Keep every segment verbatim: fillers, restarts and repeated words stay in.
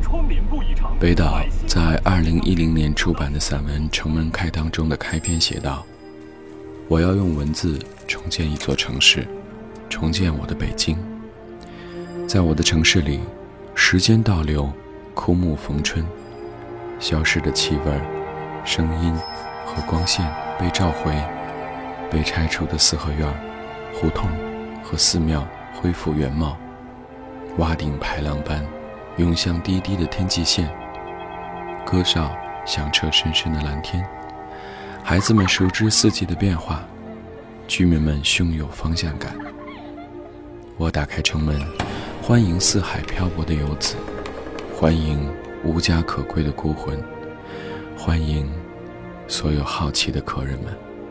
北岛在二零一零年出版的散文《城门开当》中的开篇写道：我要用文字重建一座城市，重建我的北京。在我的城市里，时间倒流，枯木逢春，消失的气味、声音和光线被召回，被拆除的四合院、胡同和寺庙恢复原貌，瓦顶排浪般涌向低低的天际线，歌哨响彻深深的蓝天，孩子们熟知四季的变化，居民们胸有方向感。我打开城门，欢迎四海漂泊的游子，欢迎无家可归的孤魂，欢迎所有好奇的客人们。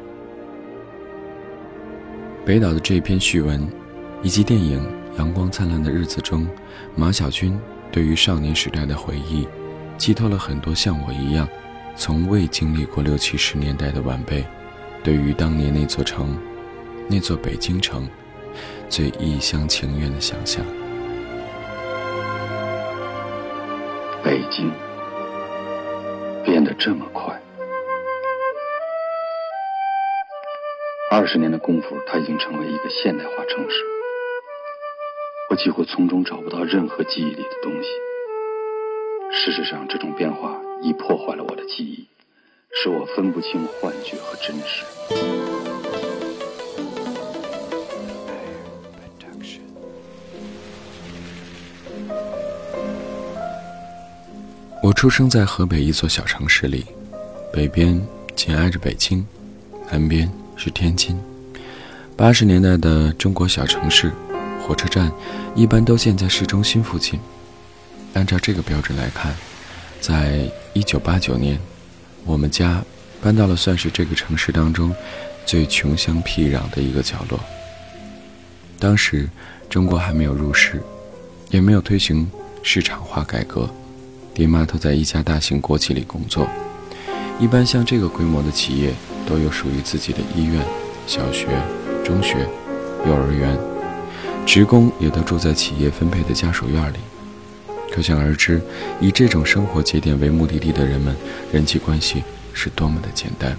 北岛的这篇序文，以及电影《阳光灿烂的日子》中马小军对于少年时代的回忆，寄托了很多像我一样从未经历过六七十年代的晚辈对于当年那座城，那座北京城最一厢情愿的想象。 北京变得这么快，二十年的功夫，它已经成为一个现代化城市。我几乎从中找不到任何记忆里的东西。事实上，这种变化已破坏了我的记忆，使我分不清幻觉和真实。 我出生在河北一座小城市里，北边紧挨着北京，南边是天津。八十年代的中国小城市，火车站一般都建在市中心附近。按照这个标准来看，在一九八九年，我们家搬到了算是这个城市当中最穷乡僻壤的一个角落。当时中国还没有入世，也没有推行市场化改革，爹妈都在一家大型国企里工作。一般像这个规模的企业都有属于自己的医院、小学、中学、幼儿园，职工也都住在企业分配的家属院里。可想而知，以这种生活节点为目的地的人们，人际关系是多么的简单。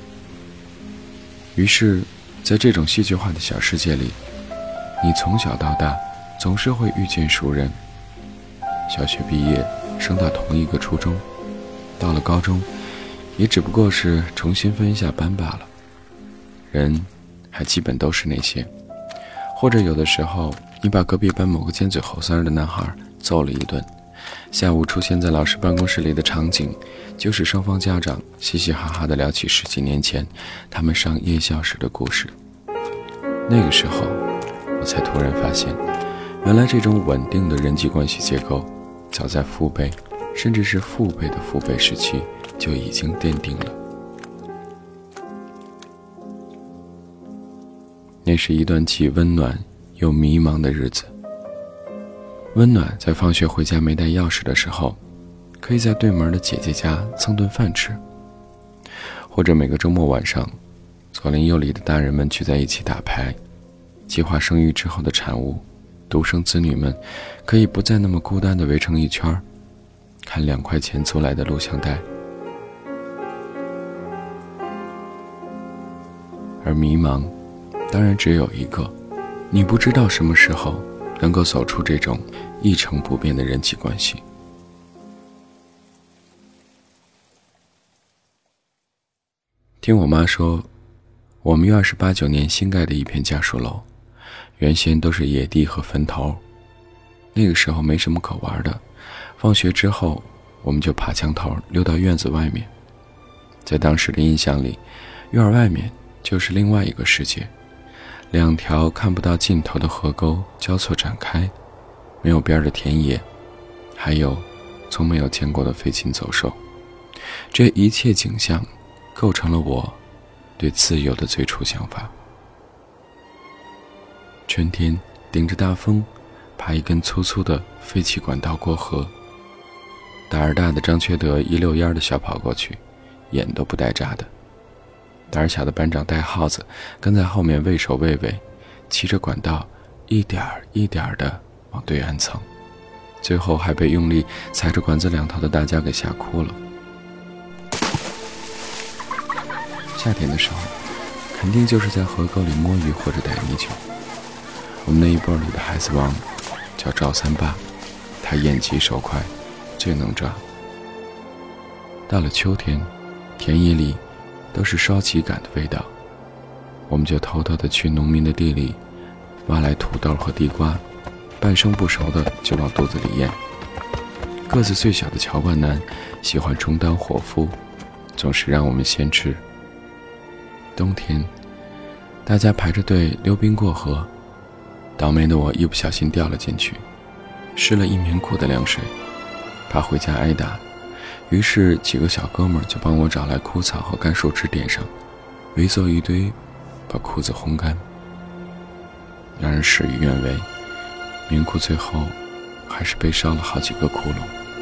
于是在这种戏剧化的小世界里，你从小到大总是会遇见熟人。小学毕业升到同一个初中，到了高中也只不过是重新分一下班罢了，人还基本都是那些。或者有的时候你把隔壁班某个尖嘴猴腮的男孩揍了一顿，下午出现在老师办公室里的场景，就是双方家长嘻嘻哈哈地聊起十几年前他们上夜校时的故事。那个时候我才突然发现，原来这种稳定的人际关系结构早在父辈甚至是父辈的父辈时期就已经奠定了。那是一段既温暖又迷茫的日子。温暖在放学回家没带钥匙的时候，可以在对门的姐姐家蹭顿饭吃，或者每个周末晚上，左邻右里的大人们聚在一起打牌，计划生育之后的产物，独生子女们可以不再那么孤单地围成一圈，看两块钱租来的录像带。而迷茫当然只有一个，你不知道什么时候能够走出这种一成不变的人际关系。听我妈说，我们院是八九年新盖的一片家属楼，原先都是野地和坟头。那个时候没什么可玩的，放学之后我们就爬墙头溜到院子外面。在当时的印象里，院外面就是另外一个世界，两条看不到尽头的河沟交错展开，没有边的田野，还有从没有见过的飞禽走兽。这一切景象构成了我对自由的最初想法。春天顶着大风，爬一根粗粗的废弃管道过河，胆儿大的张缺德一溜烟的小跑过去，眼都不带眨的。胆儿小的班长戴耗子跟在后面畏首畏尾，骑着管道一点儿一点儿的往对岸蹭。 最后还被用力踩着管子两头的大家给吓哭了。夏天的时候，肯定就是在河沟里摸鱼或者逮泥鳅。我们那一波里的孩子王叫赵三八，他眼疾手快，最能抓。到了秋天，田野里都是烧秸秆的味道，我们就偷偷地去农民的地里挖来土豆和地瓜，半生不熟的就往肚子里咽。个子最小的乔冠南喜欢充当伙夫，总是让我们先吃。冬天，大家排着队溜冰过河，倒霉的我一不小心掉了进去，湿了一棉裤的凉水，怕回家挨打，于是几个小哥们就帮我找来枯草和干树枝点上，围作一堆，把裤子烘干。让人事与愿违，棉裤最后还是被烧了好几个窟窿。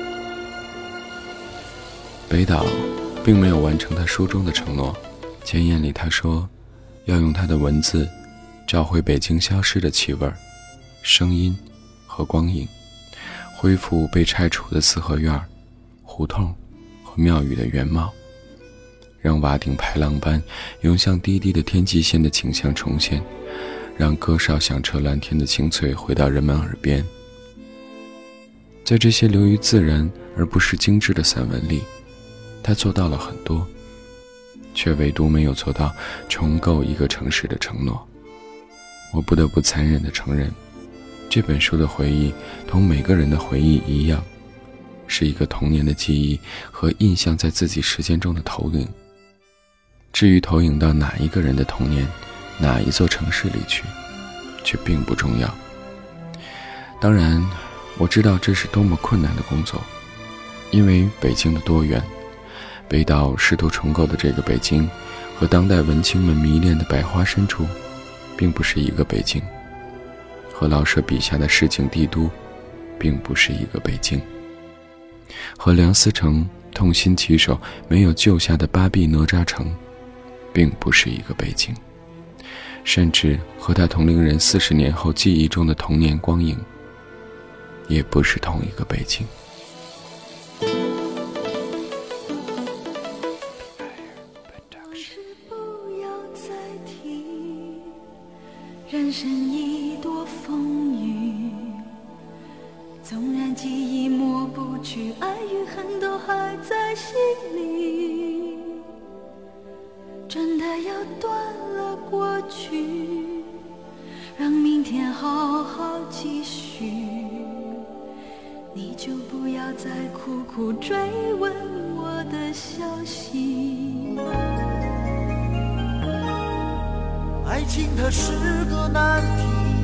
北岛并没有完成他书中的承诺，前言里他说要用他的文字找回北京消失的气味、声音和光影，恢复被拆除的四合院、胡同和庙宇的原貌，让瓦顶排浪般涌向低低的天际线的景象重现，让歌哨响彻蓝天的清脆回到人们耳边。在这些流于自然而不是精致的散文里，他做到了很多，却唯独没有做到重构一个城市的承诺。我不得不残忍地承认，这本书的回忆同每个人的回忆一样，是一个童年的记忆和印象在自己时间中的投影。至于投影到哪一个人的童年，哪一座城市里去，却并不重要。当然，我知道这是多么困难的工作，因为北京的多元，北岛试图重构的这个北京，和当代文青们迷恋的百花深处，并不是一个北京，和老舍笔下的市井帝都，并不是一个北京，和梁思成痛心疾首没有救下的巴闭哪吒城，并不是一个北京，甚至和他同龄人四十年后记忆中的童年光影，也不是同一个北京。 人生一多风雨，纵然记忆抹不去，爱与恨都还在心里，真的要断了过去，让明天好好继续，你就不要再苦苦追问我的消息。 爱情它是个难题，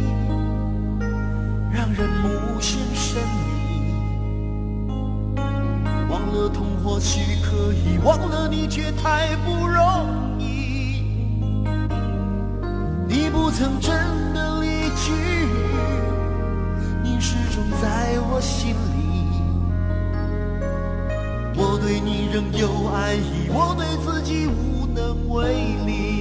让人无限神秘，忘了痛或许可以，忘了你却太不容易。你不曾真的离去，你始终在我心里。我对你仍有爱意，我对自己无能为力。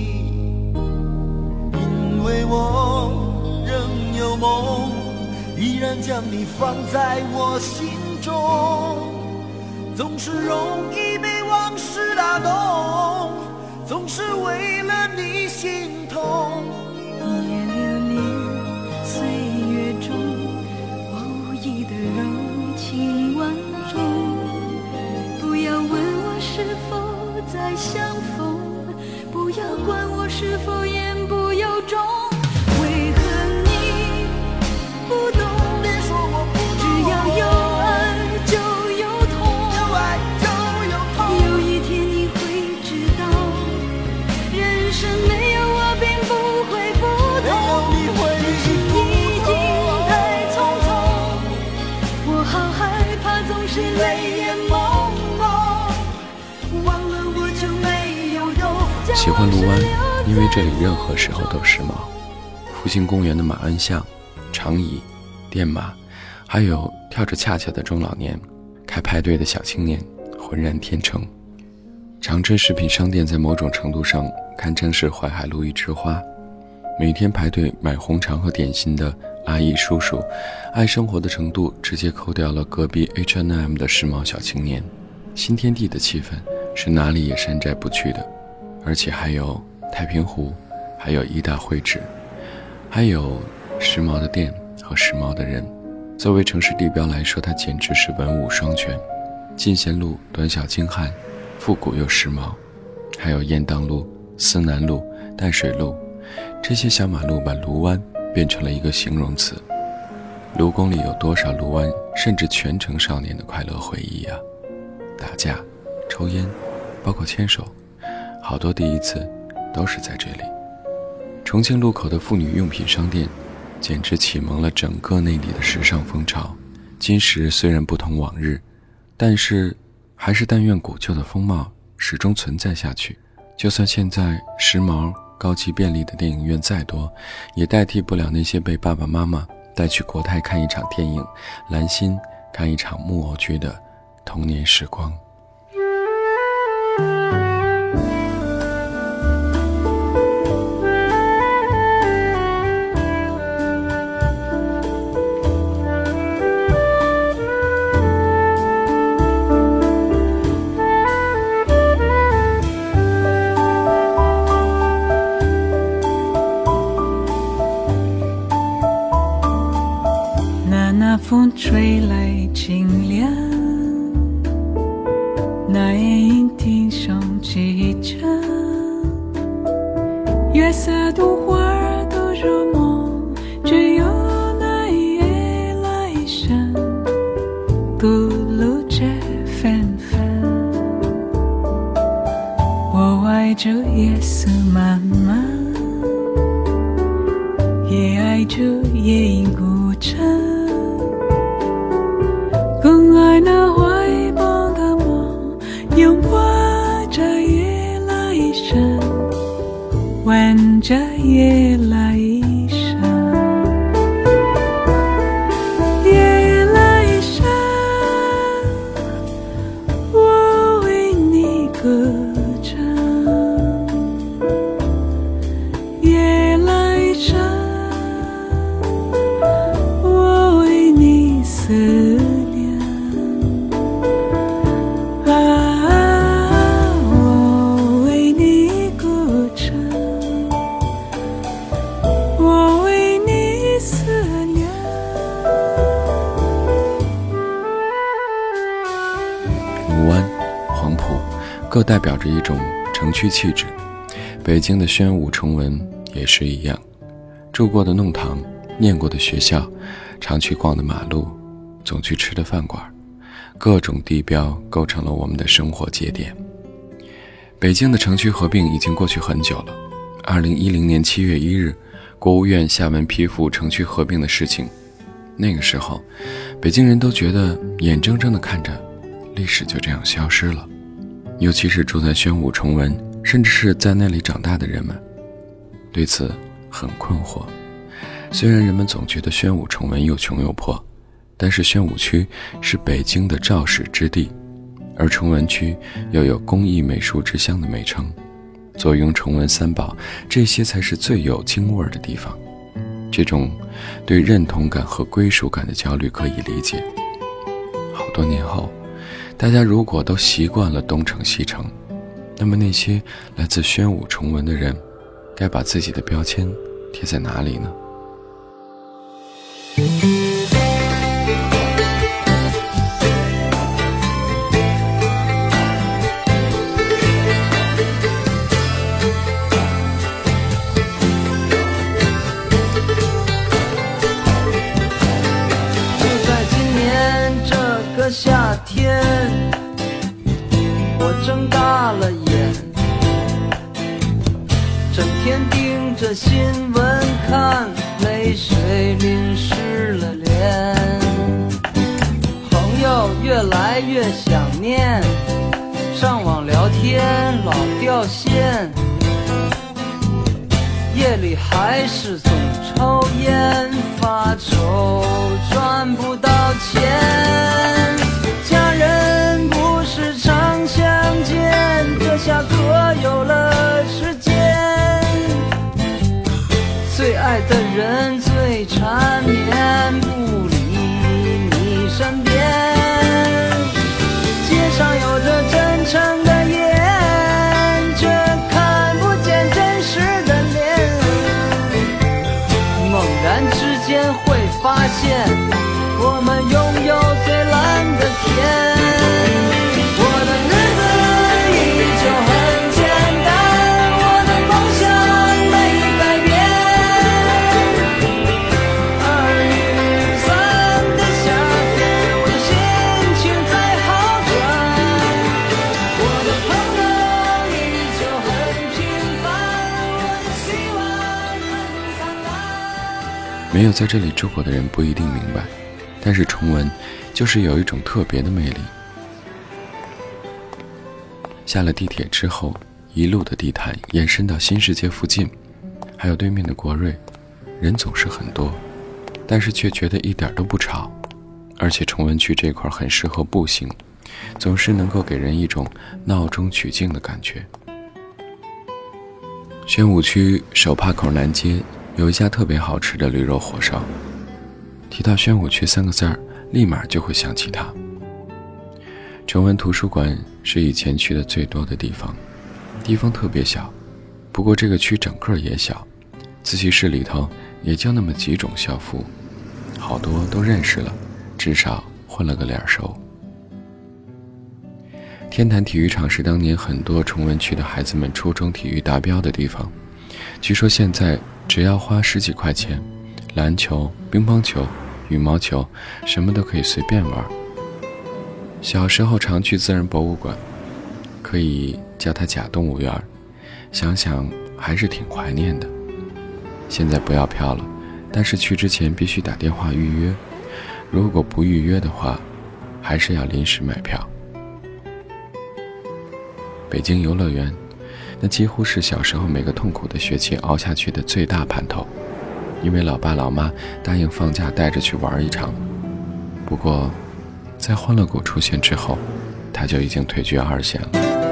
因为我仍有梦，依然将你放在我心中，总是容易被往事打动，总是为了你心痛。 一眼流连岁月中，我无意的柔情万种，不要问我是否再相逢，不要管我是否言不由衷。为何你不懂？ 别说我不懂， 只要有爱就有痛， 有爱就有痛。 有一天你会知道，人生没有我并不会不同，人生已经太匆匆，我好害怕总是泪眼朦胧，忘了我就没有用。 喜欢卢湾，因为这里任何时候都时髦。复兴公园的马鞍巷、长椅、电马，还有跳着恰恰的中老年，开派对的小青年，浑然天成。长春食品商店在某种程度上堪称是淮海路一枝花，每天排队买红肠和点心的阿姨叔叔，爱生活的程度直接扣掉了隔壁 H and M 的时髦小青年。新天地的气氛是哪里也山寨不去的，而且还有太平湖，还有一大会址，还有时髦的店和时髦的人。作为城市地标来说，它简直是文武双全。进贤路短小精悍，复古又时髦，还有雁荡路、思南路、淡水路，这些小马路把卢湾变成了一个形容词。卢宫里有多少卢湾甚至全城少年的快乐回忆啊！打架、抽烟，包括牵手，好多第一次都是在这里。重庆路口的妇女用品商店简直启蒙了整个内地的时尚风潮。今时虽然不同往日，但是还是但愿古旧的风貌始终存在下去。就算现在时髦高级便利的电影院再多，也代替不了那些被爸爸妈妈带去国泰看一场电影，兰心看一场木偶剧的童年时光。 那风吹来清凉，那夜莺听声齐唱，月色独花都入梦，只有那夜来声不露着芬芬。我爱着夜色漫漫，也爱着夜莺古城，更爱那怀抱的梦，拥抱着夜来声，吻着夜来声。夜来声，我为你歌唱。夜来声，我为你思念。 各代表着一种城区气质。北京的宣武崇文也是一样，住过的弄堂，念过的学校，常去逛的马路，总去吃的饭馆，各种地标构成了我们的生活节点。北京的城区合并已经过去很久了。二零一零年七月一日，国务院下文批复城区合并的事情。那个时候，北京人都觉得眼睁睁地看着历史就这样消失了。尤其是住在宣武崇文，甚至是在那里长大的人们，对此很困惑。虽然人们总觉得宣武崇文又穷又破，但是宣武区是北京的肇始之地，而崇文区又有工艺美术之乡的美称，坐拥崇文三宝，这些才是最有京味儿的地方。这种对认同感和归属感的焦虑可以理解。好多年后，大家如果都习惯了东城西城，那么那些来自宣武崇文的人，该把自己的标签贴在哪里呢？ 夏天，我睁大了眼，整天盯着新闻看，泪水淋湿了脸。朋友越来越想念，上网聊天老掉线，夜里还是总抽烟发愁，赚不到钱。家人不是常相见，这下可有了时间。最爱的人最缠绵， 发现我们拥有最蓝的天。我的日子依旧很简单，我的梦想没改变。二雨伞的夏天，我的心情在好转。我的朋友依旧很平凡，我的希望很灿烂。 没有在这里住过的人不一定明白，但是崇文就是有一种特别的魅力。下了地铁之后，一路的地毯延伸到新世界附近，还有对面的国瑞，人总是很多，但是却觉得一点都不吵。而且崇文区这块很适合步行，总是能够给人一种闹中取静的感觉。宣武区手帕口南街有一家特别好吃的驴肉火烧，提到宣武区三个字儿，立马就会想起它。崇文图书馆是以前去的最多的地方，地方特别小，不过这个区整个也小，自习室里头也就那么几种校服，好多都认识了，至少混了个脸熟。天坛体育场是当年很多崇文区的孩子们初中体育达标的地方，据说现在只要花十几块钱，篮球、乒乓球、羽毛球什么都可以随便玩。小时候常去自然博物馆，可以叫它假动物园，想想还是挺怀念的。现在不要票了，但是去之前必须打电话预约，如果不预约的话，还是要临时买票。北京游乐园，那几乎是小时候每个痛苦的学期熬下去的最大盼头，因为老爸老妈答应放假带着去玩一场。不过在欢乐谷出现之后，他就已经退居二线了。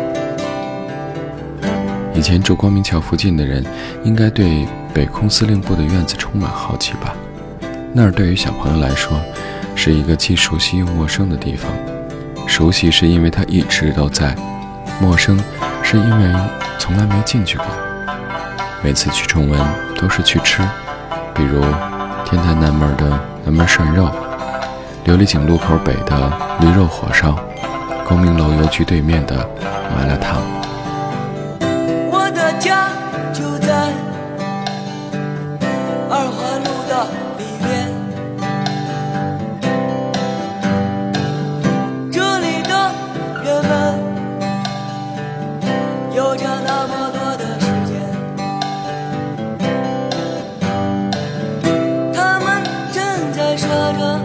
以前住光明桥附近的人应该对北空司令部的院子充满好奇吧，那儿对于小朋友来说是一个既熟悉又陌生的地方。熟悉是因为它一直都在，陌生是因为从来没进去过。每次去崇文都是去吃，比如天坛南门的南门涮肉，琉璃井路口北的驴肉火烧，光明楼邮局对面的麻辣烫。 我的家就在二环路的里面，这里的人们有着那么多的时间，他们正在说着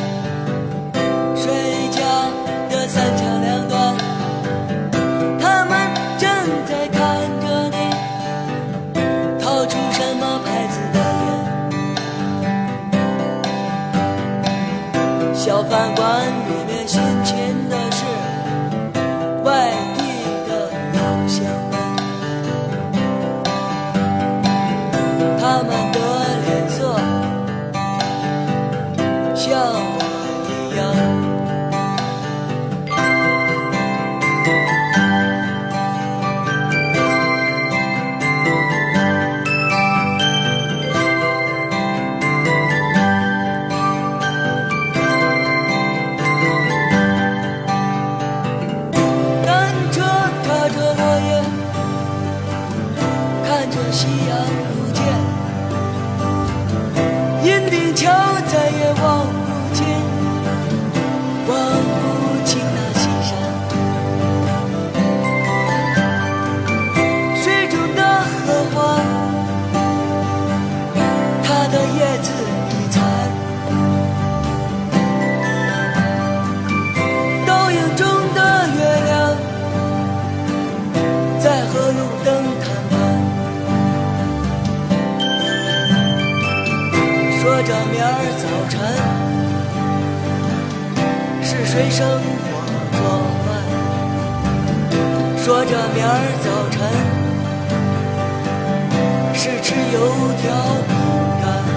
睡觉的三长两短，他们正在看着你掏出什么牌子的烟。小饭馆里面辛勤的是外地的老乡们，他们的脸色像我一样。夕阳如箭，银锭桥再也望不见，望不清那西山。水中的荷花，它的叶子已残，倒影中的月亮，在和路灯谈判。说着明儿早晨是谁生火做饭，说着明儿早晨是吃油条饼干。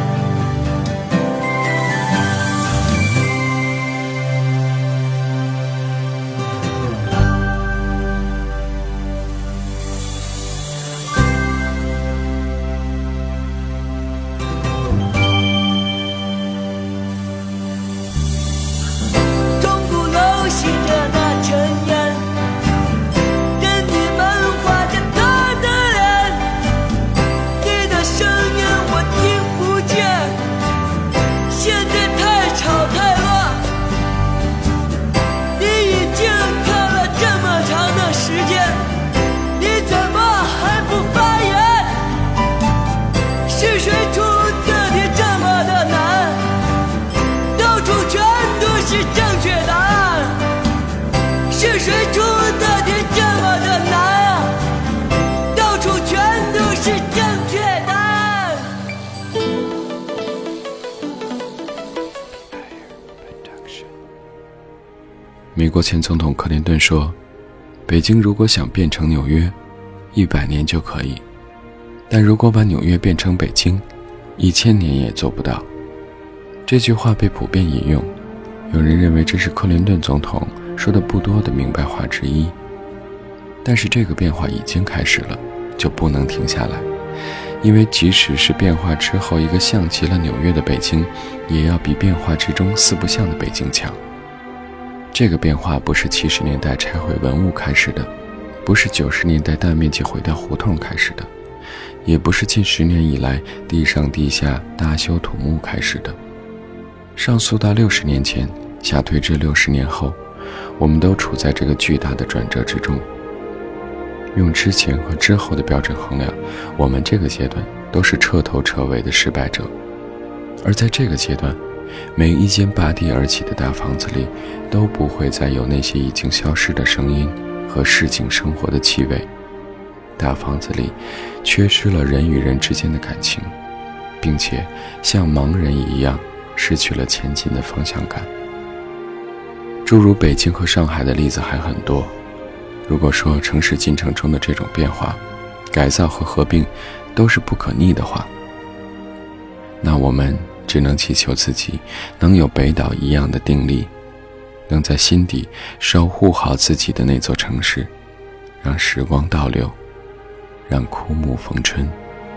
美国前总统克林顿说，北京如果想变成纽约，一百年就可以，但如果把纽约变成北京，一千年也做不到。这句话被普遍引用，有人认为这是克林顿总统说的不多的明白话之一。但是这个变化已经开始了，就不能停下来，因为即使是变化之后一个像极了纽约的北京，也要比变化之中四不像的北京强。这个变化不是七十年代拆毁文物开始的，不是九十年代大面积毁掉胡同开始的，也不是近十年以来地上地下大修土木开始的。上溯到六十年前，下推至六十年后，我们都处在这个巨大的转折之中。用之前和之后的标准衡量，我们这个阶段都是彻头彻尾的失败者。而在这个阶段，每一间拔地而起的大房子里都不会再有那些已经消失的声音和市井生活的气味。大房子里缺失了人与人之间的感情，并且像盲人一样失去了前进的方向感。诸如北京和上海的例子还很多。如果说城市进程中的这种变化、改造和合并都是不可逆的话，那我们只能祈求自己能有北岛一样的定力，能在心底守护好自己的那座城市，让时光倒流，让枯木逢春。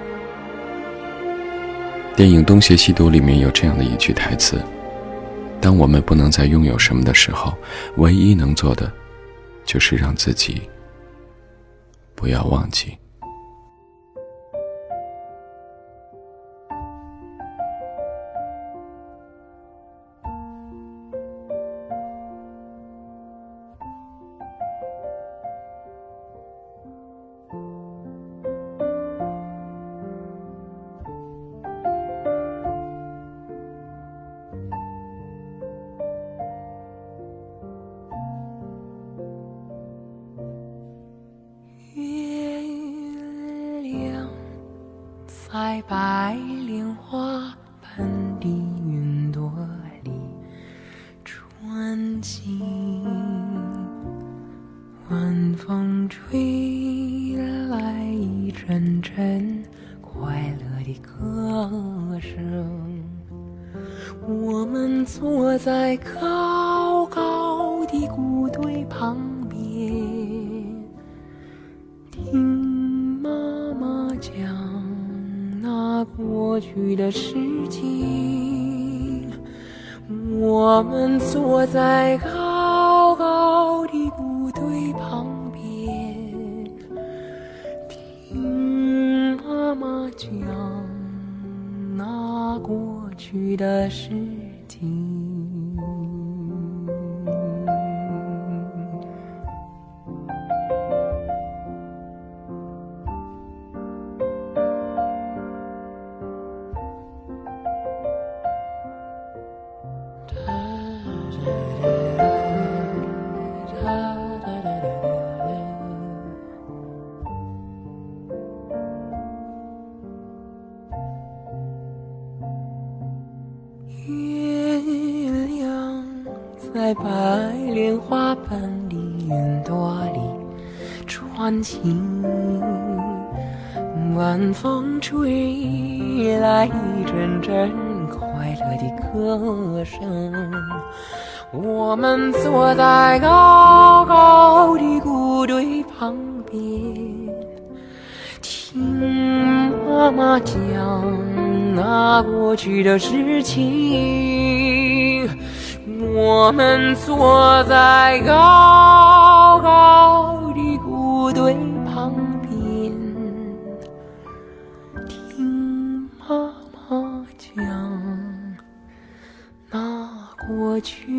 电影《东邪西毒》里面有这样的一句台词：当我们不能再拥有什么的时候，唯一能做的就是让自己不要忘记。 在白莲花般的云朵里穿行，晚风吹来一阵阵快乐的歌声。我们坐在高高的谷堆旁边，听妈妈讲那过去的事情。我们坐在高高的谷堆旁边，听妈妈讲那过去的事情。月亮在白莲花般的云朵里穿行，晚风吹来一阵阵快乐的歌声。我们坐在高高的谷堆旁边，听妈妈讲那过去的事情。我们坐在高高的谷堆旁边，听妈妈讲那过去